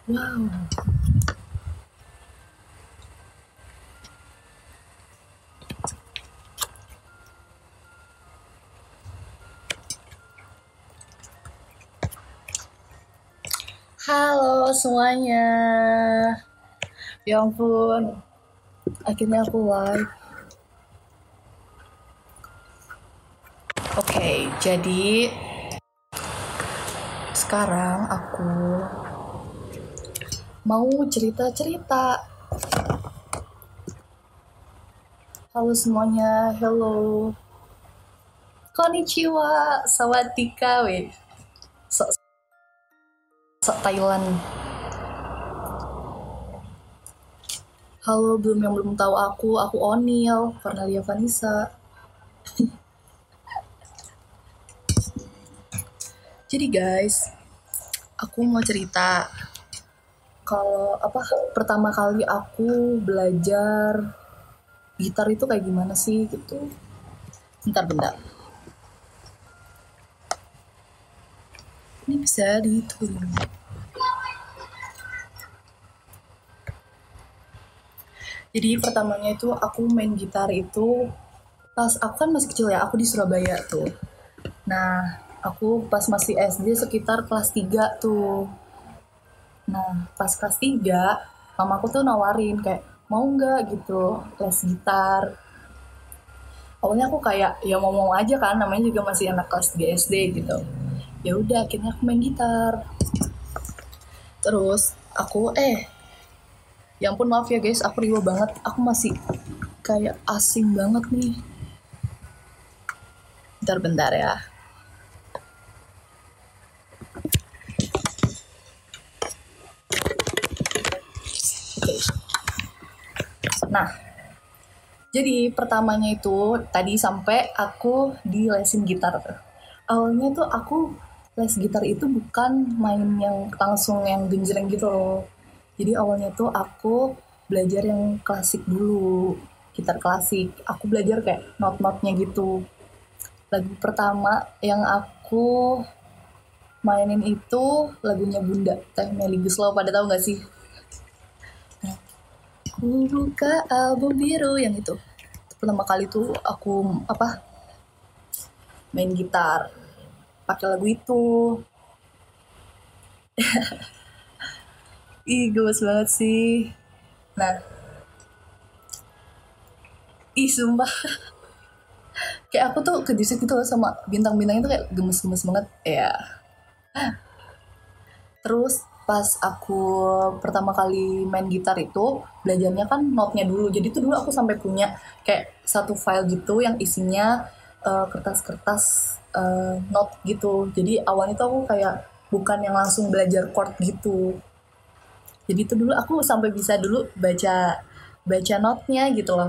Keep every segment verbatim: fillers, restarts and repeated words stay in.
Wow. Halo semuanya. Ya ampun, akhirnya aku live. Oke, okay, jadi sekarang aku mau cerita-cerita. Halo semuanya, hello. Konnichiwa, sawadika, weh. Sok sok Thailand. Halo, belum yang belum tahu aku, aku Onil, Cornelia Vanessa. Jadi guys, aku mau cerita kalau apa pertama kali aku belajar gitar itu kayak gimana sih gitu. Bentar bentar. Ini bisa diturunin. Jadi pertamanya itu aku main gitar itu pas aku kan masih kecil ya, aku di Surabaya tuh. Nah, aku pas masih S D sekitar kelas tiga tuh. Nah, pas kelas tiga, mamaku tuh nawarin kayak mau nggak gitu les gitar. Awalnya aku kayak ya mau-mau aja kan, namanya juga masih anak kelas tiga S D gitu. Ya udah, akhirnya aku main gitar. Terus aku eh ya ampun maaf ya guys, aku riwa banget. Aku masih kayak asing banget nih. Bentar-bentar ya. Oke. Nah, jadi pertamanya itu tadi sampai aku di lesin gitar. Awalnya tuh aku les gitar itu bukan main yang langsung yang genjreng gitu loh. Jadi awalnya tuh aku belajar yang klasik dulu, gitar klasik. Aku belajar kayak not-notnya gitu. Lagu pertama yang aku mainin itu lagunya Bunda, Teh Meli Guslau. Pada tahu nggak sih? Ku buka album biru yang itu. Pertama kali tuh aku apa main gitar pakai lagu itu. Ih, gemes banget sih. Nah, ih sumpah. Kayak aku tuh kejusut gitu loh sama bintang-bintang itu kayak gemes-gemes banget. Ya. Terus pas aku pertama kali main gitar itu belajarnya kan notnya dulu. Jadi tuh dulu aku sampai punya kayak satu file gitu yang isinya uh, kertas-kertas uh, not gitu. Jadi awalnya tuh aku kayak bukan yang langsung belajar chord gitu. Jadi itu dulu aku sampai bisa dulu baca baca notnya gitu loh.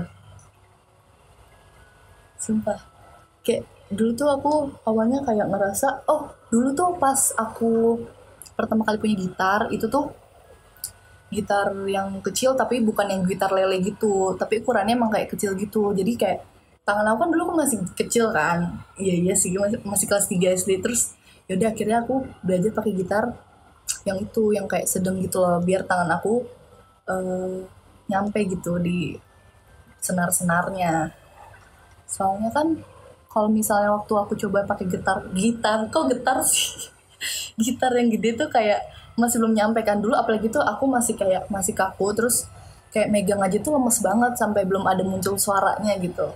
Sumpah. Kayak dulu tuh aku awalnya kayak ngerasa, oh dulu tuh pas aku pertama kali punya gitar, itu tuh gitar yang kecil tapi bukan yang gitar lele gitu. Tapi ukurannya emang kayak kecil gitu. Jadi kayak tangan aku kan dulu kan masih kecil kan. Iya iya sih masih, masih kelas tiga S D. Terus yaudah akhirnya aku belajar pakai gitar yang itu yang kayak sedang gitu loh biar tangan aku eh, nyampe gitu di senar-senarnya. Soalnya kan kalau misalnya waktu aku coba pakai gitar, gitar kok gitar sih? Gitar yang gede tuh kayak masih belum nyampe kan dulu, apalagi tuh aku masih kayak masih kaku, terus kayak megang aja tuh lemes banget sampai belum ada muncul suaranya gitu.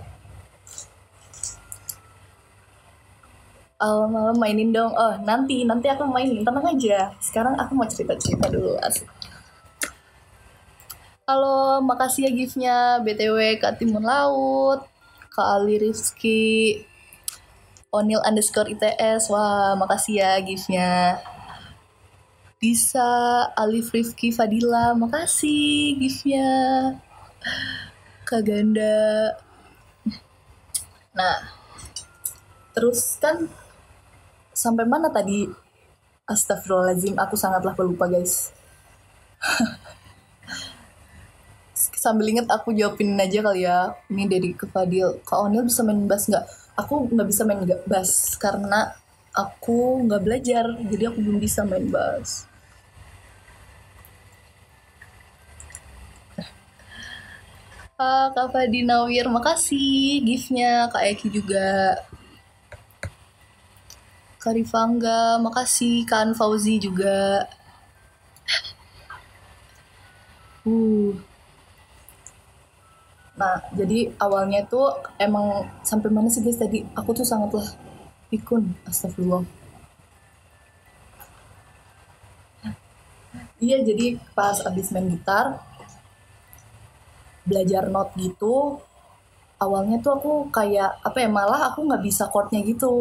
Malam-malam mainin dong. Oh, nanti nanti aku mainin, tenang aja. Sekarang aku mau cerita-cerita dulu. Asik. Halo, makasih ya giftnya. B T W Kak Timun Laut, Kak Ali Rizky, Onil underscore I T S. Wah, makasih ya giftnya. Bisa Alif Rifki Fadila, makasih giftnya. Kak Ganda. Nah, terus kan sampai mana tadi? Astagfirullahaladzim, aku sangatlah pelupa guys. Sambil inget aku jawabin aja kali ya. Ini dari ke Fadil. Kak Onil bisa main bass nggak? Aku nggak bisa main bass karena aku nggak belajar, jadi aku belum bisa main bass. Ah, Kak Fadi Nawir, makasih giftnya. Kak Eki juga. Kak Rifangga, makasih. Kak An Fauzi juga. Uh. Nah, jadi awalnya tuh emang sampai mana sih guys tadi? Aku tuh sangatlah pikun, astagfirullah. Iya, jadi pas abis main gitar, belajar not gitu, awalnya tuh aku kayak apa ya, malah aku nggak bisa chordnya gitu.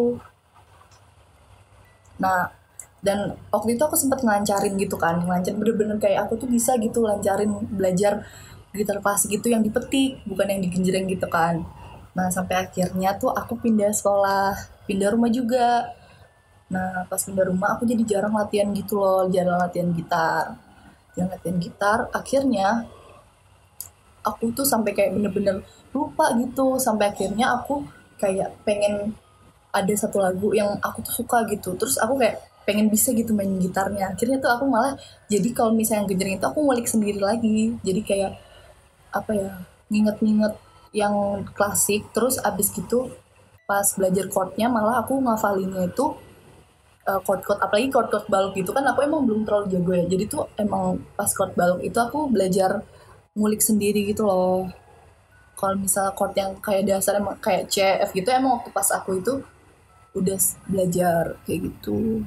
Nah, dan waktu itu aku sempet ngelancarin gitu kan, ngelancarin bener-bener kayak aku tuh bisa gitu lancarin belajar gitar klasik gitu yang dipetik, bukan yang digenjreng gitu kan. Nah, sampai akhirnya tuh aku pindah sekolah, pindah rumah juga. Nah, pas pindah rumah aku jadi jarang latihan gitu loh, jarang latihan gitar. Jarang latihan gitar, akhirnya aku tuh sampai kayak bener-bener lupa gitu. Sampai akhirnya aku kayak pengen ada satu lagu yang aku tuh suka gitu. Terus aku kayak pengen bisa gitu main gitarnya. Akhirnya tuh aku malah jadi kalau misalnya genjreng itu aku ngulik sendiri lagi. Jadi kayak apa ya, nginget-nginget yang klasik. Terus abis gitu pas belajar chordnya malah aku ngafalinnya itu uh, chord-chord, apalagi chord-chord balok gitu kan aku emang belum terlalu jago ya, jadi tuh emang pas chord balok itu aku belajar ngulik sendiri gitu loh. Kalau misalnya chord yang kayak dasar emang kayak C, F gitu emang waktu pas aku itu udah belajar kayak gitu.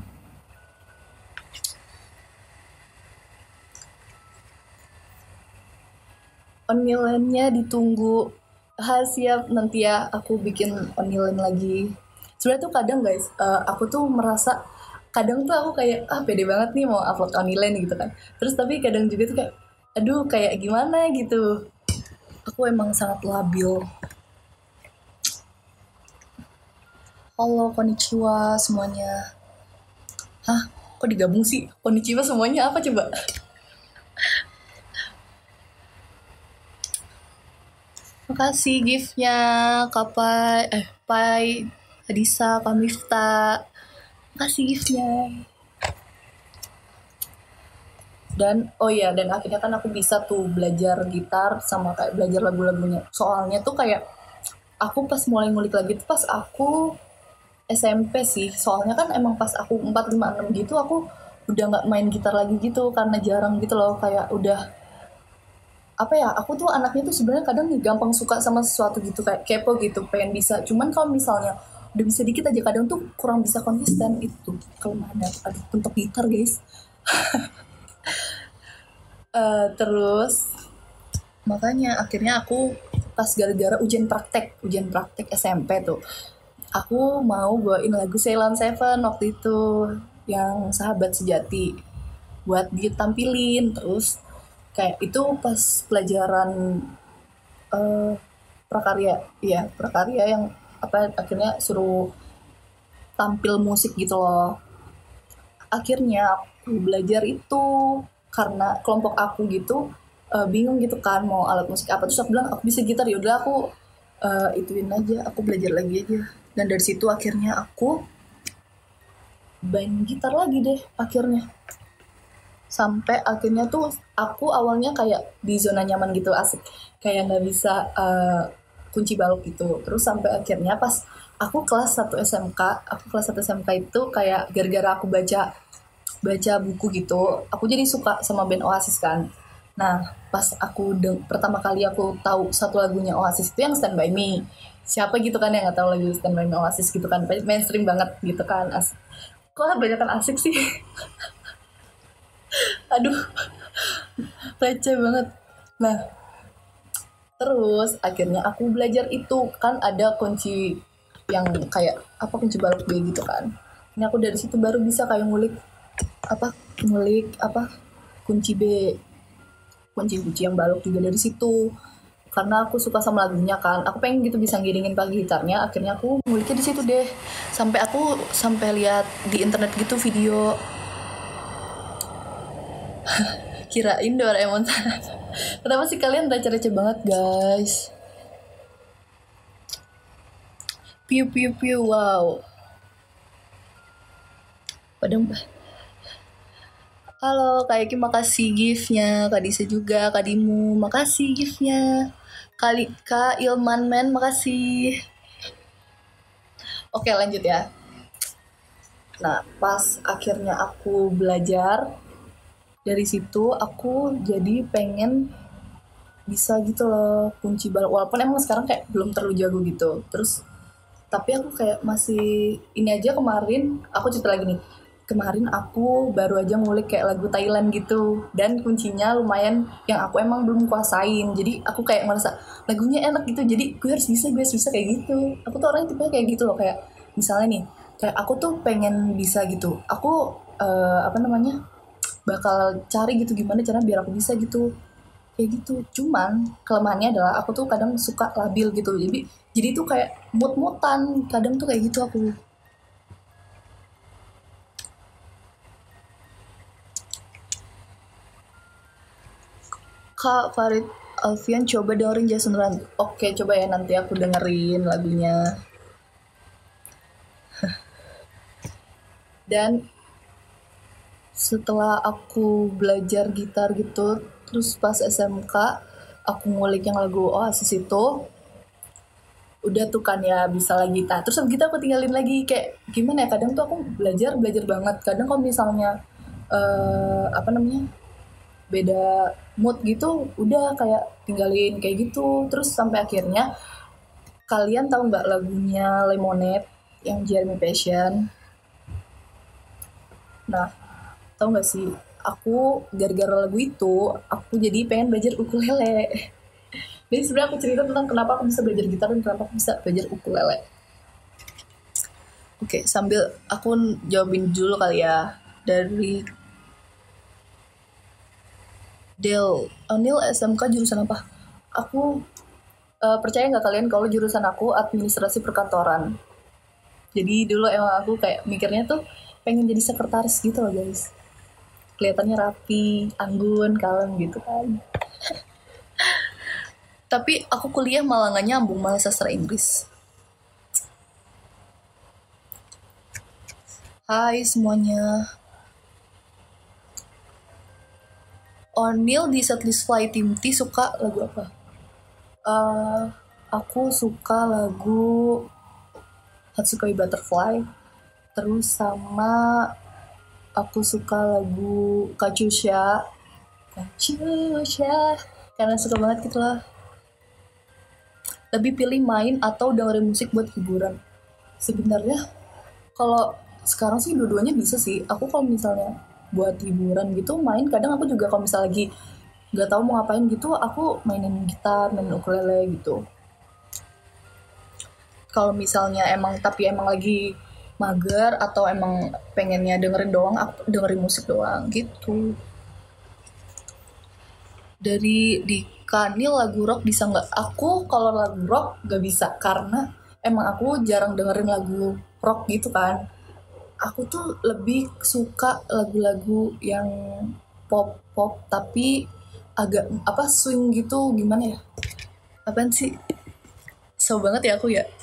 Onilannya ditunggu. Ah, siap, nanti ya aku bikin onilan lagi. Sebenarnya tuh kadang guys, uh, aku tuh merasa kadang tuh aku kayak ah pede banget nih mau upload onilan gitu kan. Terus tapi kadang juga tuh kayak aduh kayak gimana gitu. Aku emang sangat labil. Halo, konnichiwa semuanya. Hah, kok digabung sih? Konnichiwa semuanya apa coba? Makasih giftnya Kapai, eh Pai, Adisa, Kamifta. Makasih giftnya. Dan oh iya, dan akhirnya kan aku bisa tuh belajar gitar sama kayak belajar lagu-lagunya. Soalnya tuh kayak aku pas mulai ngulik lagi tuh pas aku S M P sih. Soalnya kan emang pas aku empat lima enam gitu aku udah nggak main gitar lagi gitu karena jarang gitu loh, kayak udah apa ya, aku tuh anaknya tuh sebenarnya kadang gampang suka sama sesuatu gitu kayak kepo gitu pengen bisa, cuman kalau misalnya udah bisa dikit aja kadang tuh kurang bisa konsisten. Itu kelemahannya aduh untuk gitar guys. Eh, terus makanya akhirnya aku pas gara-gara ujian praktek ujian praktek S M P tuh aku mau bawain lagu Ceylon Seven waktu itu yang Sahabat Sejati buat ditampilin. Terus kayak itu pas pelajaran eh, prakarya, ya prakarya yang apa akhirnya suruh tampil musik gitu loh. Akhirnya aku belajar itu karena kelompok aku gitu uh, bingung gitu kan mau alat musik apa, terus aku bilang aku bisa gitar, ya udah aku uh, ituin aja, aku belajar lagi aja. Dan dari situ akhirnya aku main gitar lagi deh akhirnya, sampai akhirnya tuh aku awalnya kayak di zona nyaman gitu, asik kayak nggak bisa uh, kunci balok gitu. Terus sampai akhirnya pas aku kelas satu S M K, aku kelas satu S M K itu kayak gara-gara aku baca baca buku gitu aku jadi suka sama band Oasis kan. Nah pas aku deng pertama kali aku tahu satu lagunya Oasis itu yang Stand By Me. Siapa gitu kan yang nggak tahu lagu Stand By Me Oasis gitu kan, mainstream banget gitu kan. As kok banyak kan asik sih. Aduh, receh banget. Nah, terus akhirnya aku belajar itu kan ada kunci yang kayak apa kunci balok B gitu kan. Ini aku dari situ baru bisa kayak ngulik apa ngulik apa kunci B, kunci-kunci yang balok juga dari situ. Karena aku suka sama lagunya kan, aku pengen gitu bisa ngiringin pakai gitarnya. Akhirnya aku nguliknya di situ deh. Sampai aku sampai lihat di internet gitu video. Kirain Doraemon. Kenapa sih kalian receh-receh banget guys? Piu piu piu, wow. Padahal halo Kak Eki, makasih giftnya. Kak Disa juga, Kak Dimu, makasih giftnya. Kali Kak Ilman men, makasih. Oke lanjut ya. Nah pas akhirnya aku belajar, dari situ aku jadi pengen bisa gitu loh kunci bal, walaupun emang sekarang kayak belum terlalu jago gitu. Terus tapi aku kayak masih ini aja, kemarin aku cerita lagi nih, kemarin aku baru aja ngulik kayak lagu Thailand gitu, dan kuncinya lumayan yang aku emang belum kuasain, jadi aku kayak merasa lagunya enak gitu, jadi gue harus bisa gue harus bisa kayak gitu. Aku tuh orangnya tipe kayak gitu loh, kayak misalnya nih, kayak aku tuh pengen bisa gitu, aku eh, apa namanya, bakal cari gitu gimana cara biar aku bisa gitu, kayak gitu. Cuman kelemahannya adalah aku tuh kadang suka labil gitu, jadi jadi tuh kayak mood-moodan kadang tuh kayak gitu aku. Kak Farid Alfian coba dengerin Jason Rand. Oke coba ya, nanti aku dengerin lagunya. Dan setelah aku belajar gitar gitu, terus pas S M K aku ngulik yang lagu Oasis itu, udah tuh kan ya bisa lagi gitar, terus habis gitu aku tinggalin lagi, kayak gimana ya, kadang tuh aku belajar belajar banget, kadang kalau misalnya eh, apa namanya, beda mood gitu udah kayak tinggalin kayak gitu. Terus sampai akhirnya, kalian tahu nggak lagunya Lemonade yang Jeremy Passion? Nah tahu nggak sih, aku gara-gara lagu itu aku jadi pengen belajar ukulele. Jadi sebenarnya aku cerita tentang kenapa aku bisa belajar gitar dan kenapa aku bisa belajar ukulele. Oke, sambil aku jawabin dulu kali ya. Dari Del, Anil S M K jurusan apa? Aku uh, percaya nggak kalian kalau jurusan aku administrasi perkantoran. Jadi dulu emang aku kayak mikirnya tuh pengen jadi sekretaris gitu loh guys. Kelihatannya rapi, anggun, kalem gitu kan. Tapi aku kuliah malah nggak nyambung, malah sastra Inggris. Hai semuanya. Onil di setlist Fly Team T suka lagu apa? Uh, aku suka lagu Hatsukoi Butterfly. Terus sama aku suka lagu Katyusha. Katyusha. Karena suka banget gitu lah. Lebih pilih main atau dengerin musik buat hiburan? Sebenarnya kalau sekarang sih dua-duanya bisa sih. Aku kalau misalnya buat hiburan gitu main, kadang aku juga kalau misalnya lagi nggak tahu mau ngapain gitu, aku mainin gitar, mainin ukulele gitu. Kalau misalnya emang tapi emang lagi mager atau emang pengennya dengerin doang, aku dengerin musik doang gitu. Dari di Kanil lagu rock bisa nggak? Aku kalau lagu rock nggak bisa karena emang aku jarang dengerin lagu rock gitu kan. Aku tuh lebih suka lagu-lagu yang pop pop tapi agak apa swing gitu, gimana ya? Apaan sih? So banget ya aku ya.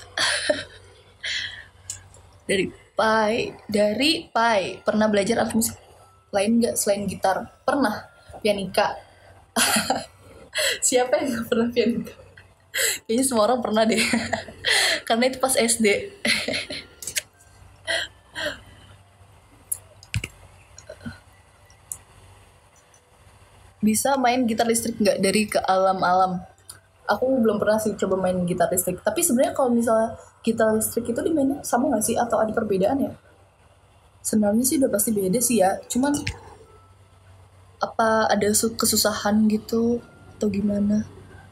Dari Pai, dari Pai pernah belajar alat musik lain nggak selain gitar? Pernah, pianika. Siapa yang nggak pernah pianika? Kayaknya semua orang pernah deh. Karena itu pas S D. Bisa main gitar listrik nggak dari ke alam-alam? Aku belum pernah sih coba main gitar listrik. Tapi sebenarnya kalau misalnya gitar listrik itu dimainnya sama nggak sih atau ada perbedaan ya? Sebenarnya sih udah pasti beda sih ya. Cuman apa ada kesusahan gitu atau gimana?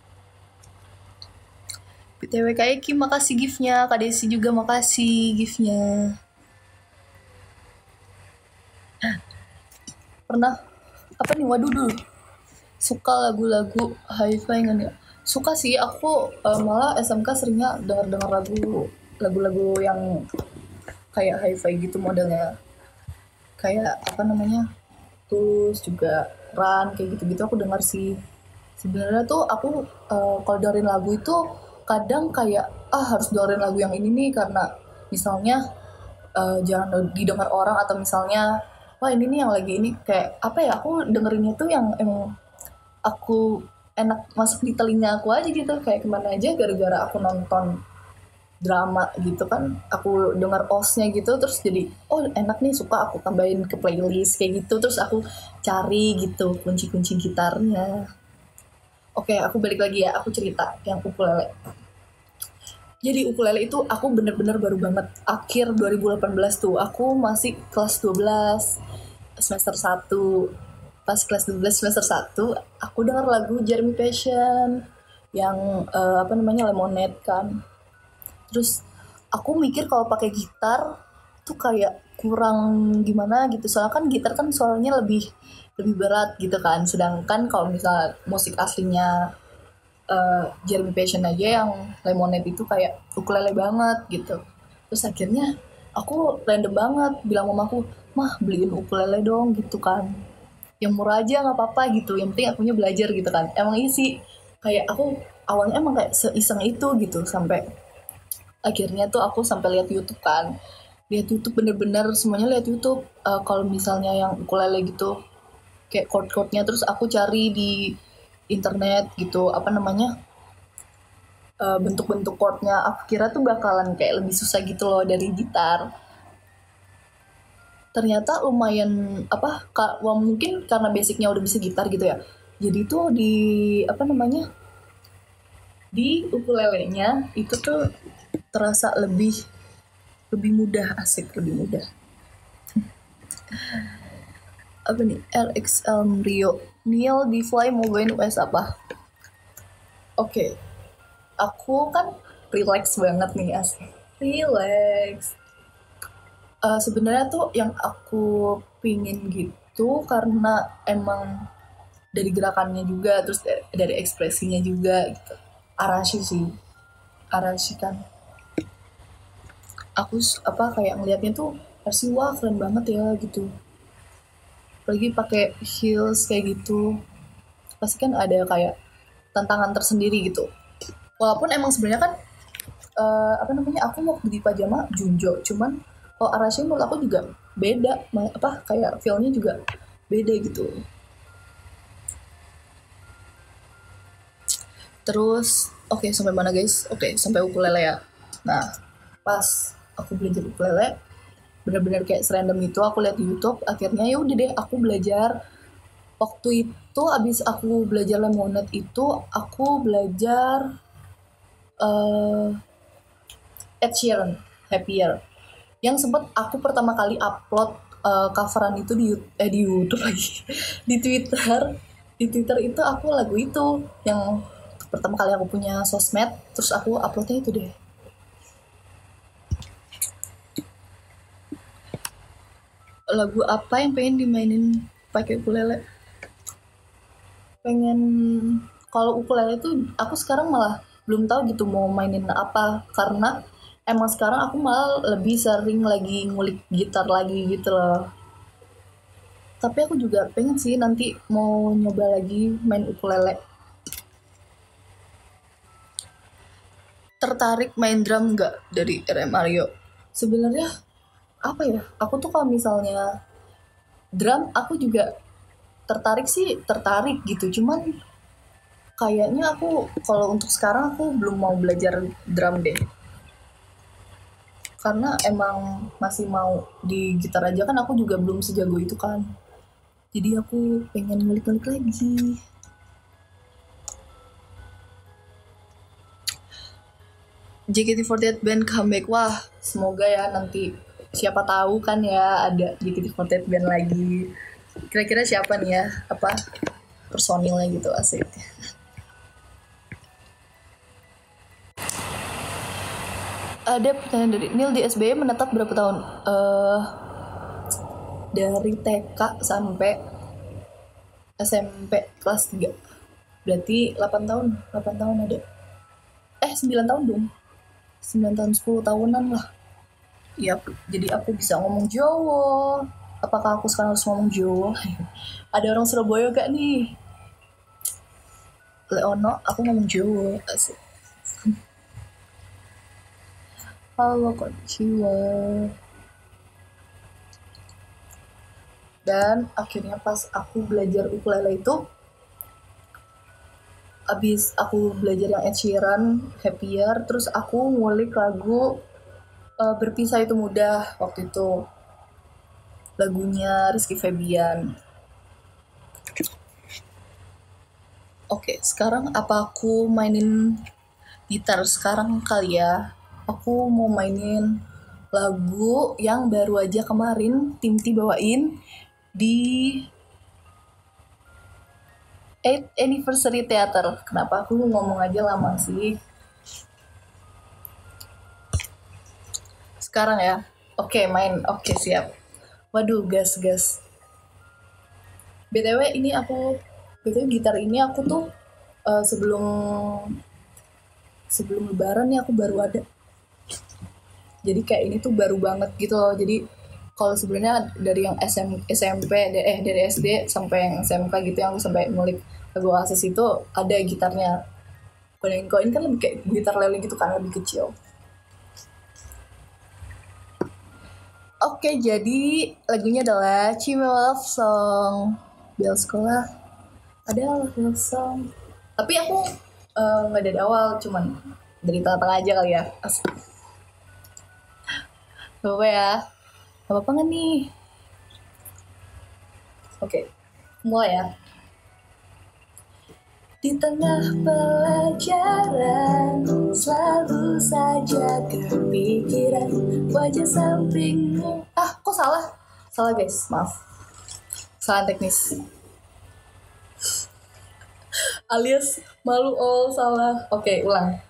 B T W Kak Eki makasih giftnya, Kak Desi juga makasih giftnya. Pernah apa nih, waduh dulu suka lagu-lagu hi-fi nggak nih? Suka sih aku, uh, malah S M K seringnya denger-denger lagu lagu-lagu yang kayak hi-fi gitu modelnya, kayak apa namanya, Tulus juga, Run kayak gitu-gitu aku dengar sih. Sebenarnya tuh aku uh, kalau dengerin lagu itu kadang kayak ah harus dengerin lagu yang ini nih karena misalnya uh, jangan didengar orang, atau misalnya wah ini nih yang lagi ini, kayak apa ya, aku dengerinnya tuh yang emang aku enak masuk di telinga aku aja gitu, kayak kemana aja gara-gara aku nonton drama gitu kan, aku dengar osnya gitu terus jadi oh enak nih, suka, aku tambahin ke playlist kayak gitu, terus aku cari gitu kunci-kunci gitarnya. Oke, aku balik lagi ya, aku cerita yang ukulele. Jadi ukulele itu aku bener-bener baru banget akhir dua ribu delapan belas tuh, aku masih kelas dua belas semester satu. Pas kelas dua belas semester satu aku dengar lagu Jeremy Passion yang eh, apa namanya Lemonade kan. Terus aku mikir kalau pakai gitar tuh kayak kurang gimana gitu, soalnya kan gitar kan suaranya lebih lebih berat gitu kan, sedangkan kalau misalnya musik aslinya uh, Jeremy Passion aja yang Lemonade itu kayak ukulele banget gitu. Terus akhirnya aku random banget bilang mamaku, mah beliin ukulele dong gitu kan, yang murah aja nggak apa-apa gitu, yang penting akunya belajar gitu kan. Emang isi kayak aku awalnya emang kayak seiseng itu gitu, sampai akhirnya tuh aku sampai lihat YouTube kan, lihat YouTube bener-bener semuanya lihat YouTube. Uh, kalau misalnya yang ukulele gitu kayak chord-chordnya, terus aku cari di internet gitu apa namanya uh, bentuk-bentuk chordnya, aku kira tuh bakalan kayak lebih susah gitu loh dari gitar. Ternyata lumayan apa ka, wah, mungkin karena basicnya udah bisa gitar gitu ya, jadi tuh di apa namanya di ukulelenya itu tuh terasa lebih lebih mudah, asik, lebih mudah. Apa nih, R X L Rio Neil di Fly mau join U S apa? Oke, okay. Aku kan relax banget nih, asik, relax. Uh, sebenarnya tuh yang aku pingin gitu karena emang dari gerakannya juga, terus dari ekspresinya juga gitu. Arashi sih, Arashi kan aku apa kayak ngelihatnya tuh Arashi, wah keren banget ya gitu, apalagi pakai heels kayak gitu, pasti kan ada kayak tantangan tersendiri gitu. Walaupun emang sebenarnya kan uh, apa namanya aku mau di pajama Junjo, cuman kalau Arashi menurut aku juga beda, apa kayak feelnya juga beda gitu. Terus oke okay, sampai mana guys? Oke okay, sampai ukulele ya. Nah pas aku belajar ukulele benar-benar kayak serandom itu, aku lihat di YouTube, akhirnya ya udah deh aku belajar. Waktu itu abis aku belajar Lemonade itu aku belajar uh, Ed Sheeran Happier, yang sempat aku pertama kali upload uh, coveran itu di eh di YouTube lagi di Twitter. Di Twitter itu aku lagu itu yang pertama kali aku punya sosmed, terus aku uploadnya itu deh. Lagu apa yang pengen dimainin pakai ukulele? Pengen, kalau ukulele tuh aku sekarang malah belum tahu gitu mau mainin apa, karena emang sekarang aku malah lebih sering lagi ngulik gitar lagi gitu loh. Tapi aku juga pengen sih nanti mau nyoba lagi main ukulele. Tertarik main drum nggak dari R M Mario? Sebenarnya apa ya? Aku tuh kalau misalnya drum aku juga tertarik sih, tertarik gitu. Cuman kayaknya aku kalau untuk sekarang aku belum mau belajar drum deh. Karena emang masih mau di gitar aja kan, aku juga belum sejago itu kan. Jadi aku pengen ngulik-ngulik lagi. J K T empat delapan band comeback, wah semoga ya nanti, siapa tahu kan ya ada J K T empat delapan band lagi. Kira-kira siapa nih ya, apa personilnya gitu, asik. Ada pertanyaan dari Neil, di S B Y menetap berapa tahun? Uh, dari T K sampai S M P kelas tiga. Berarti delapan tahun, delapan tahun ada. Eh sembilan tahun dong. sembilan tahun, sepuluh tahunan lah. Ya, jadi aku bisa ngomong Jawa. Apakah aku sekarang harus ngomong Jawa? Ada orang Surabaya gak nih? Leono, aku ngomong Jawa. Asik. Halo, konnichiwa. Dan akhirnya pas aku belajar ukulele itu, abis aku belajar yang Ed Sheeran, Happier, terus aku ngulik lagu uh, Berpisah Itu Mudah waktu itu, lagunya Rizky Febian. Oke, sekarang apa aku mainin gitar sekarang kali ya? Aku mau mainin lagu yang baru aja kemarin Tim T bawain di eighth Anniversary Theater. Kenapa aku ngomong aja lama sih? Sekarang ya. Oke, main. Oke, siap. Waduh, gas, gas. B T W ini aku B T W gitar ini aku tuh uh, sebelum sebelum lebaran nih aku baru ada. Jadi kayak ini tuh baru banget gitu loh. Jadi kalau sebenarnya dari yang S M, S M P eh dari S D sampai yang S M K gitu yang aku sampai ngulik lagu Oasis itu ada gitarnya. Kalau yang ini kan lebih kayak gitar lele gitu kan, lebih kecil. Oke, jadi lagunya adalah Cime Love Song. Bel sekolah ada love song. Tapi aku nggak uh, dari awal, cuman dari tengah-tengah aja kali ya. Asik. Gak apa-apa ya. Gak apa-apa gak nih? Oke, mulai ya. Di tengah pelajaran selalu saja kepikiran wajah sampingmu. Ah, kok salah? Salah guys, maaf. Salah teknis. Alias malu all salah. Oke, ulang.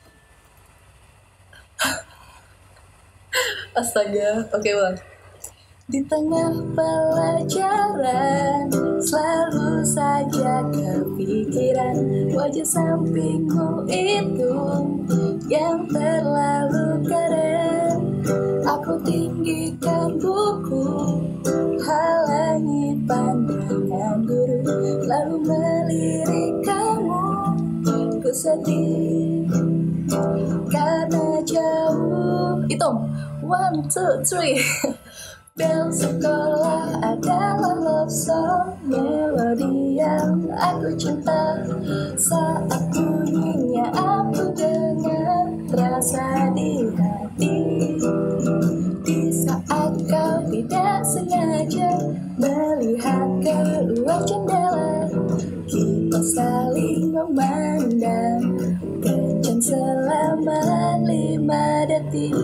Astaga. Oke, ulang. Di tengah pelajaran selalu saja kepikiran wajah sampingmu itu yang terlalu keren. Aku tinggikan buku, halangi pandangan guru, lalu melirik kamu. Ku sedih karena jauh. Hitung one two three. Bel sekolah adalah love song, melodi yang aku cinta. Saat bunyinya aku dengar, terasa di hati. Di saat kau tidak sengaja melihat keluar jendela, kita saling memandang kencang selama lima detik.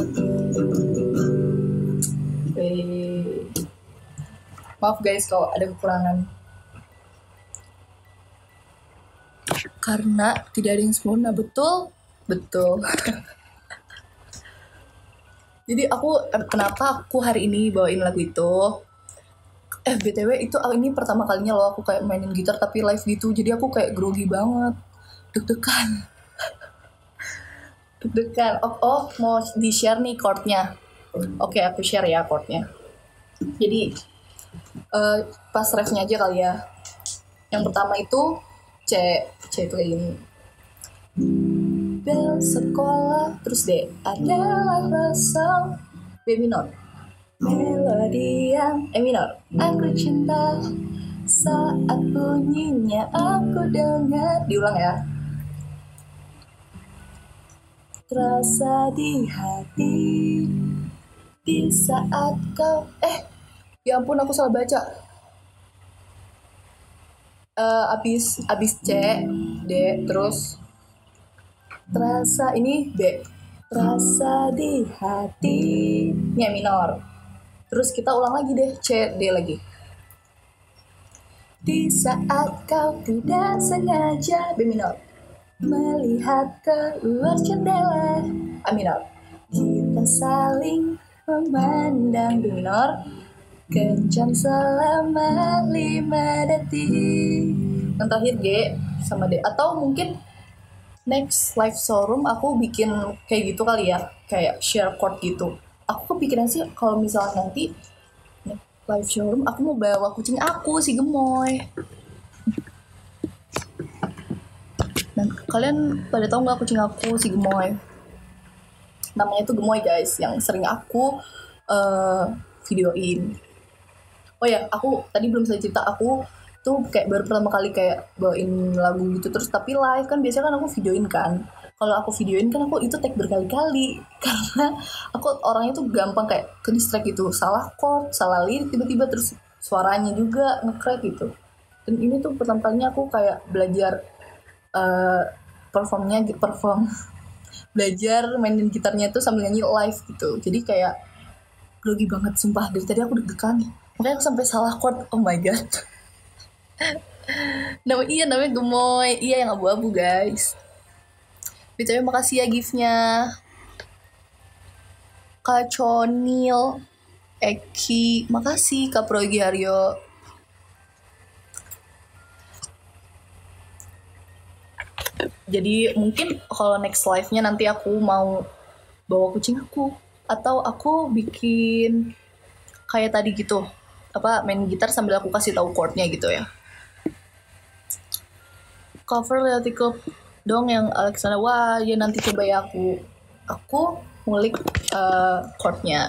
Maaf guys kalau ada kekurangan, karena tidak ada yang sempurna. Betul, betul. Jadi aku, kenapa aku hari ini bawain lagu itu? Eh B T W itu ini pertama kalinya loh aku kayak mainin gitar tapi live gitu. Jadi aku kayak grogi banget, deg-degan, deg-degan. Oh, oh mau di share nih chordnya. Oke, aku share ya chordnya. Jadi Uh, pas refnya aja kali ya. Yang pertama itu C, C itu ini. Bel sekolah, terus D adalah rasa B minor. Melodi yang E minor. Aku cinta saat bunyinya aku dengar. Diulang ya. Terasa di hati di saat kau eh ya ampun aku salah baca. Uh, abis abis C, D, terus terasa ini B. Terasa di hati, ini minor. Terus kita ulang lagi deh, C, D lagi. Di saat kau tidak sengaja, B minor. Melihat keluar jendela, A minor. Kita saling memandang, B minor. Kencang selama lima detik. Yang terakhir G sama D. Atau mungkin next live showroom aku bikin kayak gitu kali ya, kayak share chord gitu. Aku kepikiran sih kalau misalnya nanti next live showroom aku mau bawa kucing aku si Gemoy. Dan kalian pada tahu nggak kucing aku si Gemoy? Namanya tuh Gemoy guys, yang sering aku uh, videoin. Oh ya, aku tadi belum saya cerita, aku tuh kayak baru pertama kali kayak bawain lagu gitu terus, tapi live kan biasanya kan aku videoin kan. Kalau aku videoin kan aku itu take berkali-kali karena aku orangnya tuh gampang kayak ke distract gitu, salah chord, salah lirik tiba-tiba, terus suaranya juga nge-crack gitu. Dan ini tuh pertama kalinya aku kayak belajar uh, performnya perform belajar mainin gitarnya tuh sambil nyanyi live gitu. Jadi kayak grogi banget sumpah, dari tadi aku deg-degan makanya aku sampai salah chord. Oh my god. Nama iya namanya Gemoy, iya yang abu-abu guys. B T W makasih ya giftnya Kak Conil, Eki, makasih Kak Progi Haryo. Jadi mungkin kalau next live-nya nanti aku mau bawa kucing aku, atau aku bikin kayak tadi gitu, apa main gitar sambil aku kasih tahu chordnya gitu ya. Cover Reality Club dong yang Alexandra. Wah ya nanti coba ya aku aku ngulik uh, chordnya.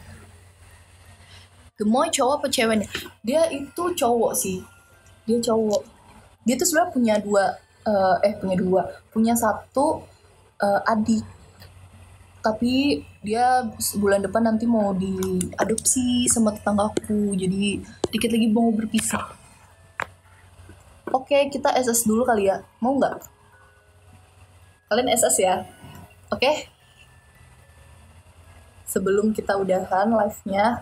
Gemoy cowok apa ceweknya? Dia itu cowok sih, dia cowok. Dia tuh sebenarnya punya dua uh, eh punya dua punya satu uh, adik, tapi dia bulan depan nanti mau diadopsi sama tetanggaku, jadi dikit lagi mau berpisah. Oke, kita S S dulu kali ya. Mau nggak? Kalian S S ya? Oke? Sebelum kita udahan live-nya.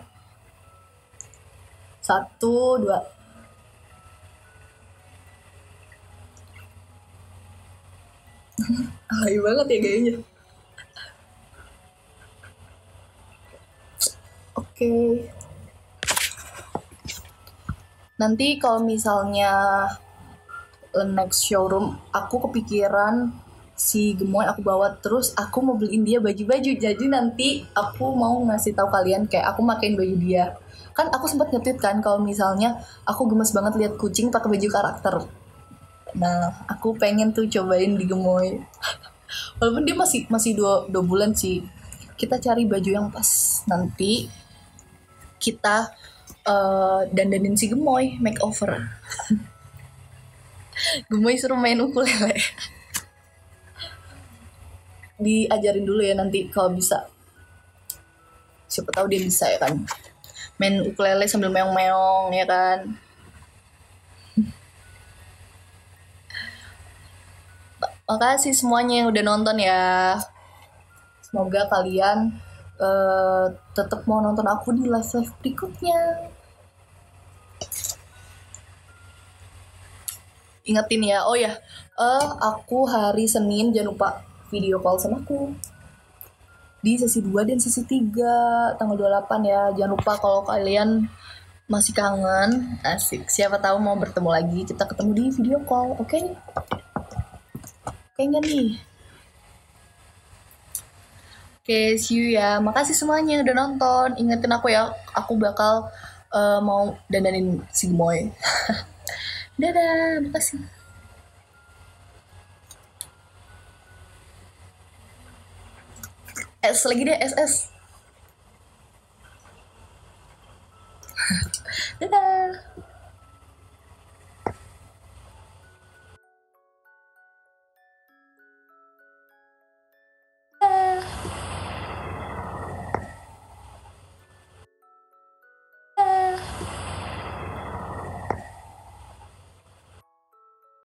Satu, dua. Alay banget ya gayanya. Oke. Nanti kalau misalnya next showroom aku kepikiran si Gemoy aku bawa, terus aku mau beliin dia baju-baju, jadi nanti aku mau ngasih tahu kalian kayak aku makein baju dia. Kan aku sempat nge-tweet kan kalau misalnya aku gemes banget lihat kucing pakai baju karakter. Nah aku pengen tuh cobain di Gemoy. Walaupun dia masih masih dua, dua bulan sih, kita cari baju yang pas, nanti kita uh, dandanin si Gemoy makeover. Gemoy suruh main ukulele. Diajarin dulu ya nanti kalau bisa. Siapa tahu dia bisa ya kan. Main ukulele sambil meong-meong ya kan. Makasih semuanya yang udah nonton ya. Semoga kalian uh, tetap mau nonton aku di live-live berikutnya. Ingetin ya, oh ya, uh, aku hari Senin jangan lupa video call sama aku di sesi dua dan sesi tiga tanggal dua puluh delapan ya. Jangan lupa kalau kalian masih kangen, asik, siapa tahu mau bertemu lagi, kita ketemu di video call, oke? Okay? Oke nggak nih? Oke, okay, see you ya. Makasih semuanya yang udah nonton. Ingetin aku ya, aku bakal uh, mau dandanin si Gemoy. Dadah, makasih. S lagi deh, S S. Dadah.